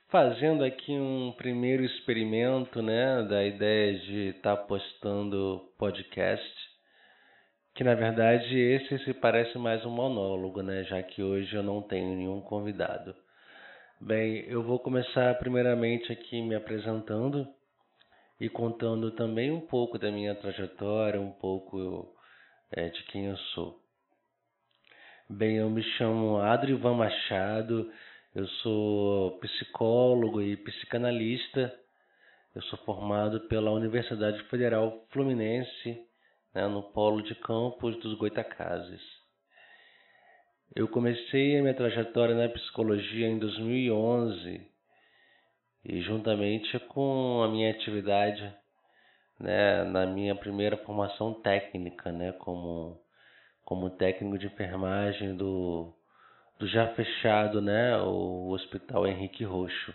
fazendo aqui um primeiro experimento, né, da ideia de estar postando podcast, que na verdade esse se parece mais um monólogo, né, já que hoje eu não tenho nenhum convidado. Bem, eu vou começar primeiramente aqui me apresentando e contando também um pouco da minha trajetória, um pouco de quem eu sou. Bem, eu me chamo Adrivan Machado, eu sou psicólogo e psicanalista. Eu sou formado pela Universidade Federal Fluminense, né, no Polo de Campos dos Goytacazes. Eu comecei a minha trajetória na psicologia em 2011 e juntamente com a minha atividade, né, na minha primeira formação técnica, né, como técnico de enfermagem do já fechado, né, o Hospital Henrique Roxo.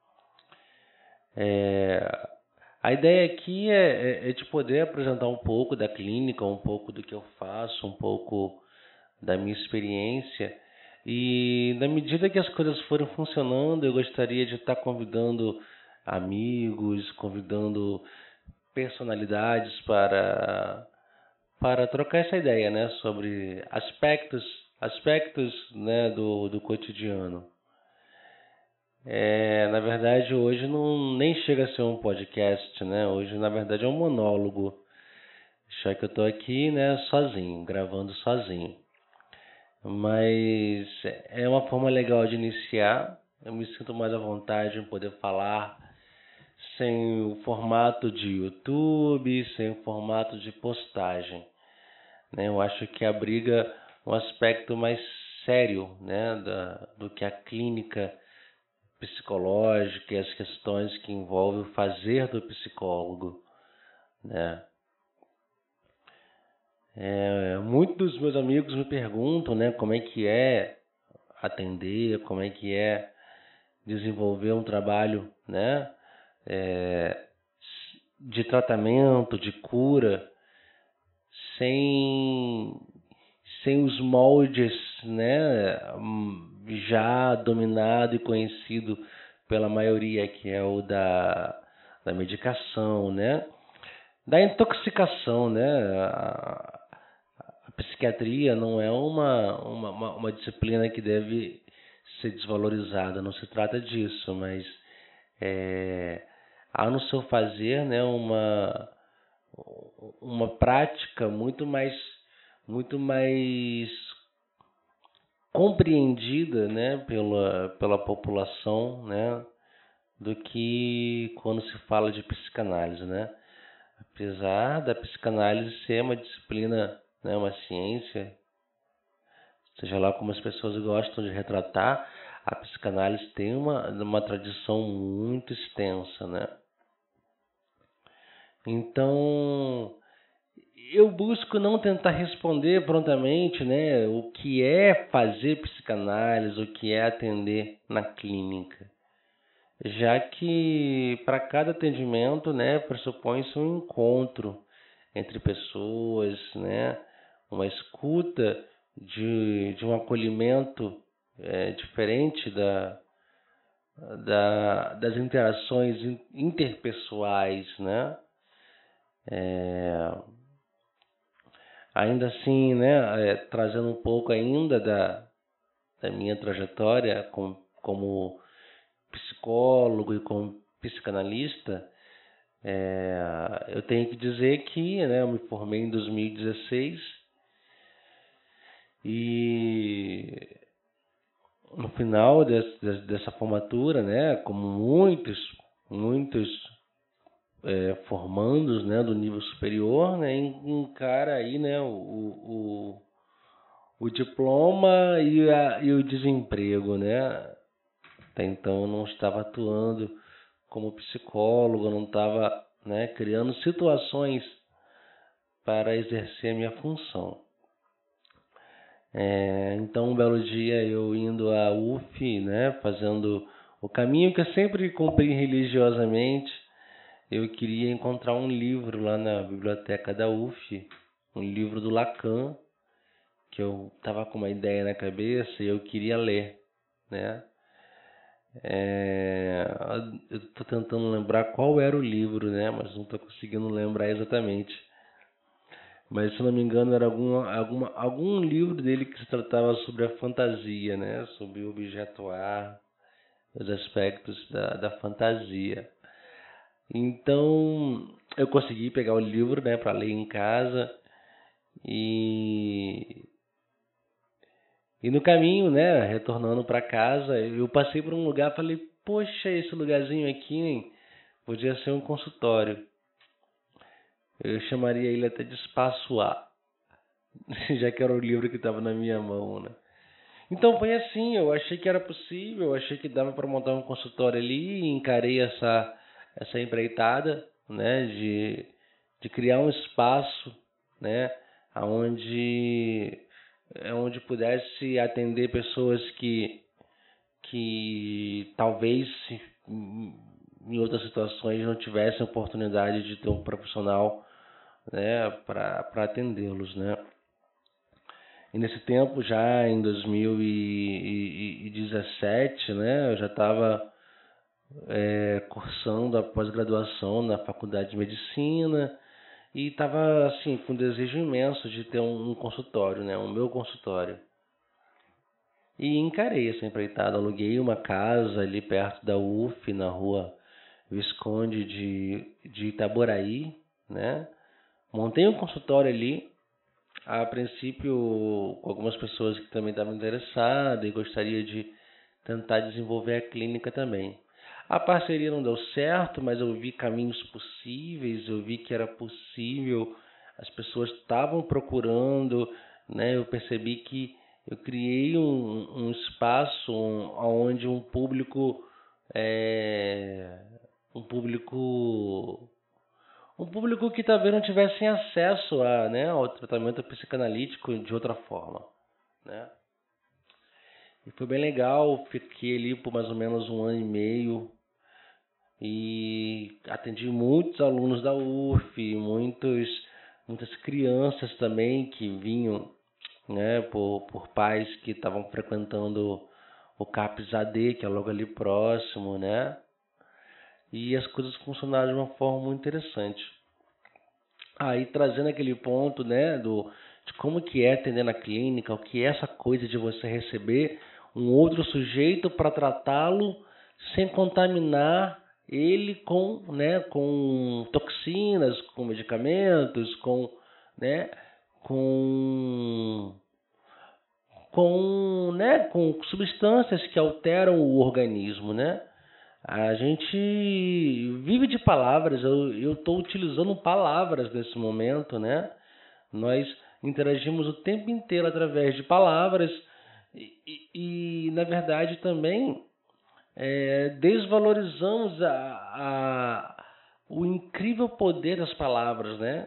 A ideia aqui é de poder apresentar um pouco da clínica, um pouco do que eu faço, um pouco da minha experiência. E na medida que as coisas forem funcionando, eu gostaria de estar convidando amigos, convidando personalidades para trocar essa ideia, né, sobre aspectos, né, do cotidiano. Na verdade, hoje nem chega a ser um podcast, né? Hoje, na verdade, é um monólogo. Já que eu estou aqui, né, sozinho, gravando sozinho. Mas é uma forma legal de iniciar. Eu me sinto mais à vontade em poder falar sem o formato de YouTube, sem o formato de postagem, né? Eu acho que abriga um aspecto mais sério, né, do que a clínica psicológica e as questões que envolvem o fazer do psicólogo, né? Muitos dos meus amigos me perguntam, né, como é que é atender, como é que é desenvolver um trabalho, né, de tratamento, de cura, sem os moldes, né, já dominado e conhecido pela maioria, que é o da medicação, né, da intoxicação, né. A psiquiatria não é uma disciplina que deve ser desvalorizada, não se trata disso, mas há no seu fazer, né, uma prática muito mais compreendida, né, pela população, né, do que quando se fala de psicanálise, né? Apesar da psicanálise ser uma disciplina, né, uma ciência, seja lá como as pessoas gostam de retratar, a psicanálise tem uma tradição muito extensa, né? Então, eu busco não tentar responder prontamente, né, o que é fazer psicanálise, o que é atender na clínica, já que para cada atendimento, né, pressupõe-se um encontro entre pessoas, né, uma escuta de um acolhimento diferente das interações interpessoais, né? Ainda assim, né, trazendo um pouco ainda da minha trajetória como psicólogo e como psicanalista, eu tenho que dizer que, né, eu me formei em 2016 e no final dessa formatura, né, como muitos formandos, né, do nível superior, né, encara aí, né, o diploma e o desemprego, né? Até então eu não estava atuando como psicólogo, eu não estava, né, criando situações para exercer a minha função. Então, um belo dia, eu indo à UF, né, fazendo o caminho que eu sempre cumpri religiosamente, eu queria encontrar um livro lá na biblioteca da UF, um livro do Lacan, que eu estava com uma ideia na cabeça e eu queria ler, né? É, eu estou tentando lembrar qual era o livro, né? Mas não estou conseguindo lembrar exatamente. Mas se não me engano era algum livro dele que se tratava sobre a fantasia, né? Sobre o objeto A, os aspectos da fantasia. Então eu consegui pegar o livro, né, para ler em casa e no caminho, né, retornando para casa, eu passei por um lugar, falei, poxa, esse lugarzinho aqui, hein, podia ser um consultório. Eu chamaria ele até de Espaço A, já que era o livro que estava na minha mão, né? Então foi assim, eu achei que era possível, eu achei que dava para montar um consultório ali e encarei essa empreitada, né, de criar um espaço, né, onde pudesse atender pessoas que talvez em outras situações não tivessem oportunidade de ter um profissional, né, para atendê-los, né. E nesse tempo, já em 2017, né, eu já estava cursando a pós-graduação na Faculdade de Medicina e estava assim com um desejo imenso de ter um consultório, né, o meu consultório. E encarei essa empreitada, aluguei uma casa ali perto da UF, na rua Visconde de Itaboraí, né? Montei um consultório ali, a princípio com algumas pessoas que também estavam interessadas e gostaria de tentar desenvolver a clínica também. A parceria não deu certo, mas eu vi caminhos possíveis, eu vi que era possível, as pessoas estavam procurando, né? Eu percebi que eu criei um espaço onde um público, é, um público um público que talvez não tivesse acesso né, ao tratamento psicanalítico de outra forma, né? E foi bem legal, fiquei ali por mais ou menos 1 ano e meio e atendi muitos alunos da UF, muitas crianças também que vinham, né, por pais que estavam frequentando o CAPS AD, que é logo ali próximo, né? E as coisas funcionaram de uma forma muito interessante. Aí trazendo aquele ponto, né, de como que é atender na clínica, o que é essa coisa de você receber um outro sujeito para tratá-lo sem contaminar ele com toxinas, com medicamentos, né, com, com substâncias que alteram o organismo, né? A gente vive de palavras, eu estou utilizando palavras nesse momento, né? Nós interagimos o tempo inteiro através de palavras na verdade, também desvalorizamos o incrível poder das palavras, né?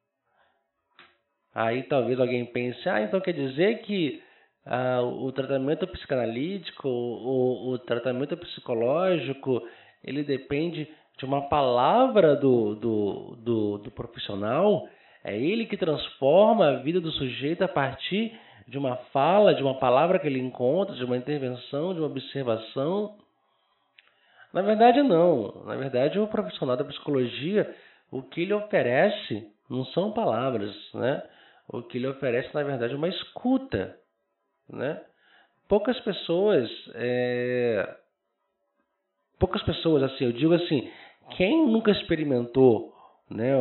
Aí talvez alguém pense, então quer dizer que o tratamento psicanalítico, o tratamento psicológico, ele depende de uma palavra do profissional? É ele que transforma a vida do sujeito a partir de uma fala, de uma palavra que ele encontra, de uma intervenção, de uma observação? Na verdade, não. Na verdade, o profissional da psicologia, o que ele oferece não são palavras, né? O que ele oferece, na verdade, é uma escuta, né? Poucas pessoas, assim, eu digo assim, quem nunca experimentou, né,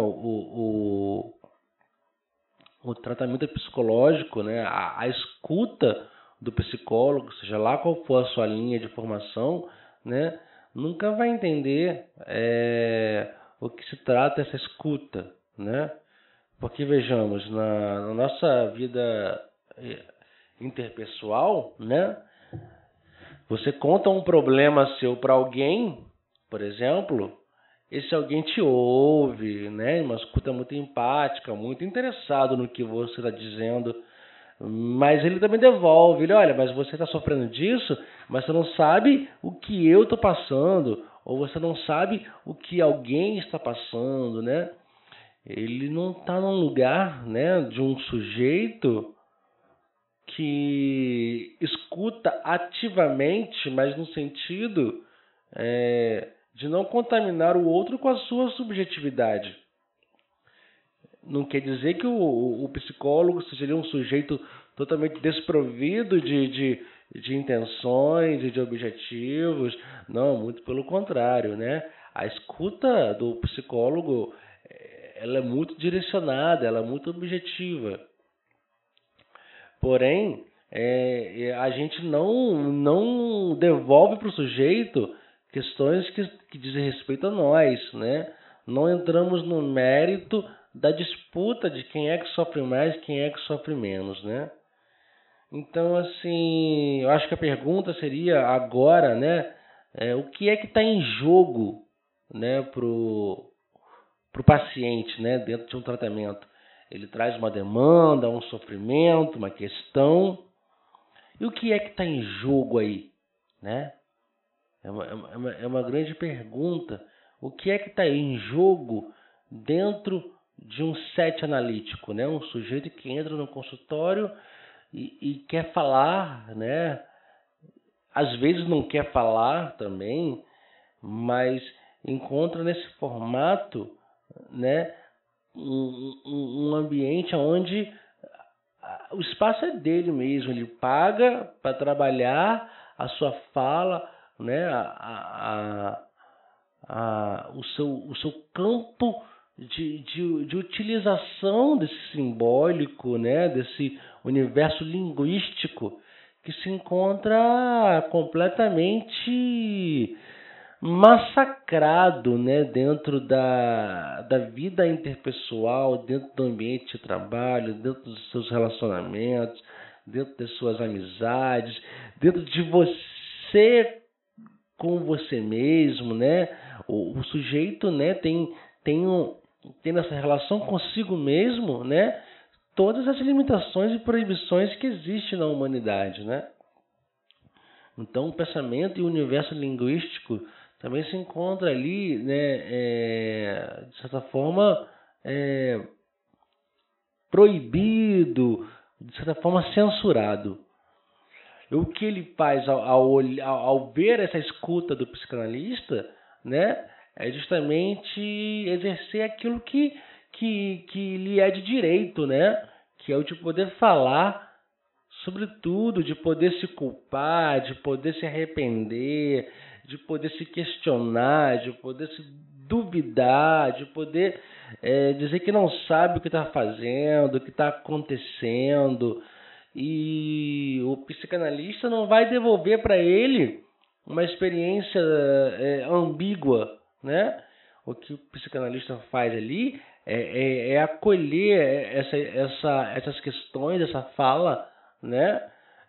o tratamento psicológico, né, a escuta do psicólogo, seja lá qual for a sua linha de formação, né, nunca vai entender o que se trata essa escuta, né? Porque vejamos, na nossa vida interpessoal, né, você conta um problema seu para alguém, por exemplo, esse alguém te ouve, né, uma escuta muito empática, muito interessado no que você está dizendo, mas ele também devolve, ele, olha, mas você está sofrendo disso, mas você não sabe o que eu estou passando, ou você não sabe o que alguém está passando, né? Ele não está num lugar, né, de um sujeito que escuta ativamente, mas no sentido de não contaminar o outro com a sua subjetividade. Não quer dizer que o psicólogo seja um sujeito totalmente desprovido de intenções e de objetivos. Não, muito pelo contrário, né? A escuta do psicólogo, ela é muito direcionada, ela é muito objetiva. Porém, a gente não devolve para o sujeito questões que dizem respeito a nós, né? Não entramos no mérito da disputa de quem é que sofre mais, quem é que sofre menos, né? Então, assim, eu acho que a pergunta seria agora, né? O que é que está em jogo, né, pro paciente, né, dentro de um tratamento? Ele traz uma demanda, um sofrimento, uma questão. E o que é que está em jogo aí, né? É uma grande pergunta. O que é que está em jogo dentro de um set analítico, né? Um sujeito que entra no consultório e quer falar, né? Às vezes não quer falar também, mas encontra nesse formato, né? Um ambiente onde o espaço é dele mesmo, ele paga para trabalhar a sua fala, né? O seu campo de utilização desse simbólico, né? Desse universo linguístico que se encontra completamente massacrado, né, dentro da vida interpessoal, dentro do ambiente de trabalho, dentro dos seus relacionamentos, dentro das suas amizades, dentro de você com você mesmo, né? O sujeito, né, tem nessa relação consigo mesmo, né, todas as limitações e proibições que existem na humanidade, né? Então, o pensamento e o universo linguístico também se encontra ali, né, de certa forma, proibido, de certa forma censurado. O que ele faz ao ver essa escuta do psicanalista, né, é justamente exercer aquilo que lhe é de direito, né, que é o de poder falar sobre tudo, de poder se culpar, de poder se arrepender, de poder se questionar, de poder se duvidar, de poder dizer que não sabe o que está fazendo, o que está acontecendo. E o psicanalista não vai devolver para ele uma experiência ambígua, né? O que o psicanalista faz ali é acolher essas questões, essa fala, né?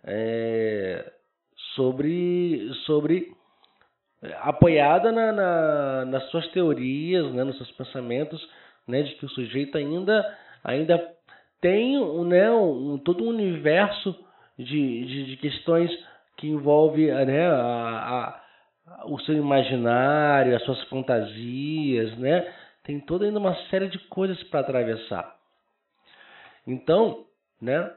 Sobre apoiada nas suas teorias, né? Nos seus pensamentos, né? De que o sujeito ainda tem, né? Todo um universo de questões que envolve, né? O seu imaginário, as suas fantasias, né? Tem toda ainda uma série de coisas para atravessar. Então, né?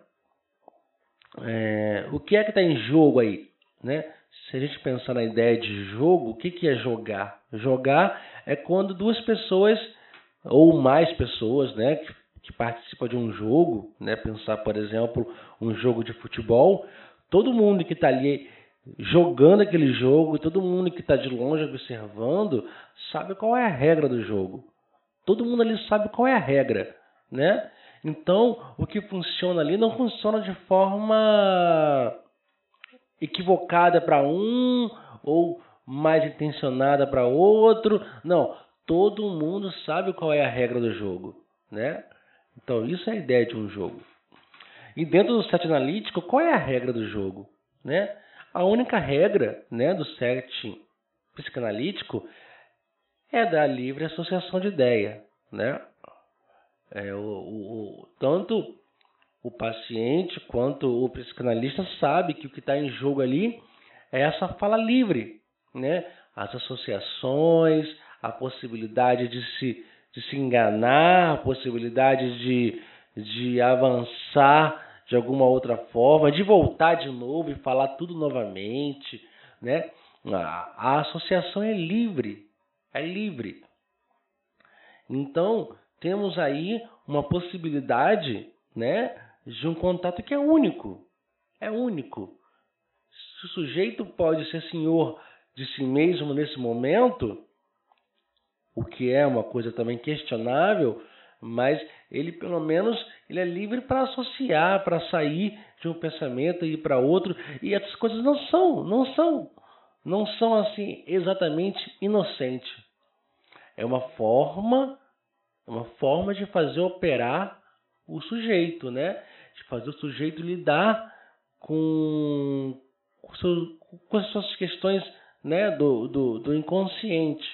O que é que está em jogo aí, né? Se a gente pensar na ideia de jogo, o que é jogar? Jogar é quando duas pessoas ou mais pessoas, né, que participam de um jogo, né? Pensar, por exemplo, um jogo de futebol, todo mundo que está ali jogando aquele jogo, todo mundo que está de longe observando, sabe qual é a regra do jogo. Todo mundo ali sabe qual é a regra, né? Então, o que funciona ali não funciona de forma equivocada para um ou mais intencionada para outro. Não, todo mundo sabe qual é a regra do jogo, né? Então, isso é a ideia de um jogo. E dentro do set analítico, qual é a regra do jogo, né? A única regra, né, do set psicanalítico é da livre associação de ideia, né? Tanto o paciente quanto o psicanalista sabe que o que está em jogo ali é essa fala livre, né? As associações, a possibilidade de se enganar, a possibilidade de avançar de alguma outra forma, de voltar de novo e falar tudo novamente, né? A associação é livre, é livre. Então, temos aí uma possibilidade, né, de um contato que é único. É único. Se o sujeito pode ser senhor de si mesmo nesse momento, o que é uma coisa também questionável, mas ele pelo menos ele é livre para associar, para sair de um pensamento e ir para outro. E essas coisas não são assim exatamente inocentes. É uma forma de fazer operar o sujeito, né? De fazer o sujeito lidar com as suas questões, né? do inconsciente.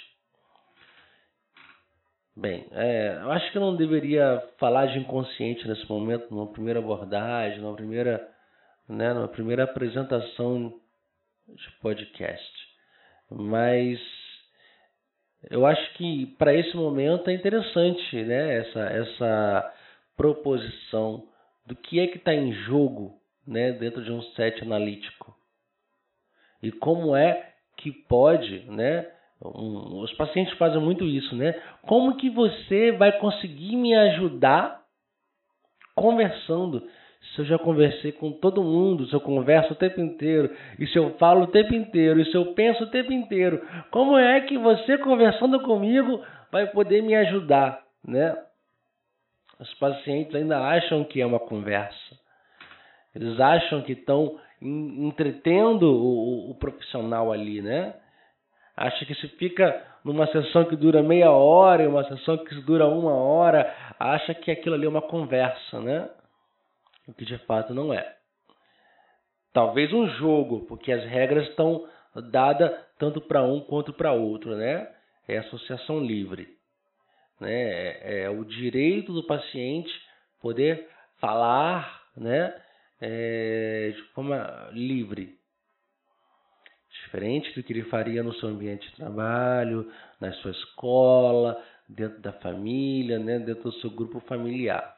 Bem, eu acho que eu não deveria falar de inconsciente nesse momento, numa primeira abordagem, numa primeira apresentação de podcast. Mas eu acho que para esse momento é interessante, né, essa proposição do que é que está em jogo, né, dentro de um set analítico. E como é que pode, né? Os pacientes fazem muito isso, né? Como que você vai conseguir me ajudar conversando? Se eu já conversei com todo mundo, se eu converso o tempo inteiro, e se eu falo o tempo inteiro, e se eu penso o tempo inteiro, como é que você conversando comigo vai poder me ajudar, né? Os pacientes ainda acham que é uma conversa. Eles acham que estão entretendo o profissional ali, né? Acha que se fica numa sessão que dura meia hora e uma sessão que dura 1 hora, acha que aquilo ali é uma conversa, né? O que de fato não é. Talvez um jogo, porque as regras estão dadas tanto para um quanto para outro, né? É associação livre, né? É o direito do paciente poder falar, né? De forma livre. Diferente do que ele faria no seu ambiente de trabalho, na sua escola, dentro da família, né? Dentro do seu grupo familiar.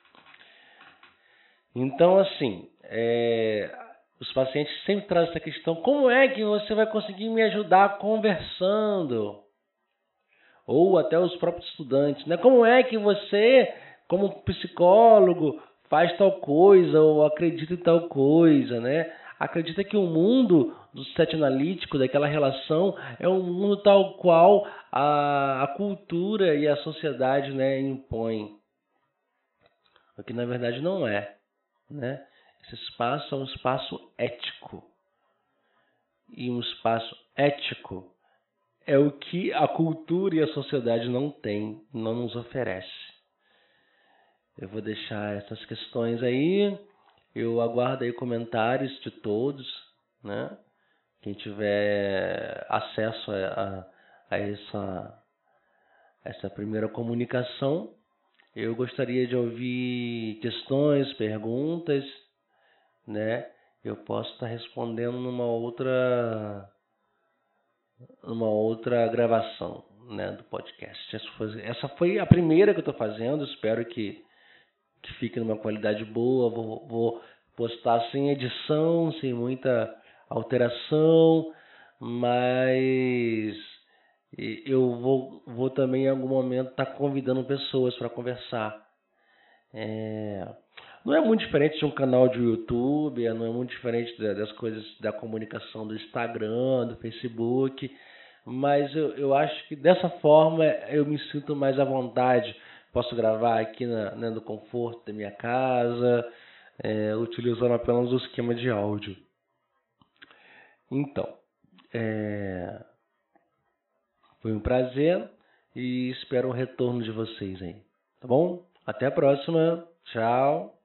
Então, assim, os pacientes sempre trazem essa questão: como é que você vai conseguir me ajudar conversando? Ou até os próprios estudantes, né? Como é que você, como psicólogo, faz tal coisa ou acredita em tal coisa, né? Acredita que o mundo do set analítico, daquela relação, é um mundo tal qual a cultura e a sociedade, né, impõem. O que na verdade não é, né? Esse espaço é um espaço ético. E um espaço ético é o que a cultura e a sociedade não tem, não nos oferece. Eu vou deixar essas questões aí. Eu aguardo aí comentários de todos, né? Quem tiver acesso a essa primeira comunicação, eu gostaria de ouvir questões, perguntas, né? Eu posso estar respondendo numa outra gravação, né, do podcast. Essa foi a primeira que eu estou fazendo. Espero que fique numa qualidade boa. Vou postar sem edição, sem muita alteração, mas eu vou também em algum momento estar convidando pessoas para conversar. Não é muito diferente de um canal de YouTube, não é muito diferente das coisas da comunicação do Instagram, do Facebook, mas eu acho que dessa forma eu me sinto mais à vontade. Posso gravar aqui no conforto da minha casa, utilizando apenas o esquema de áudio. Então, foi um prazer e espero o retorno de vocês aí, tá bom? Até a próxima, tchau!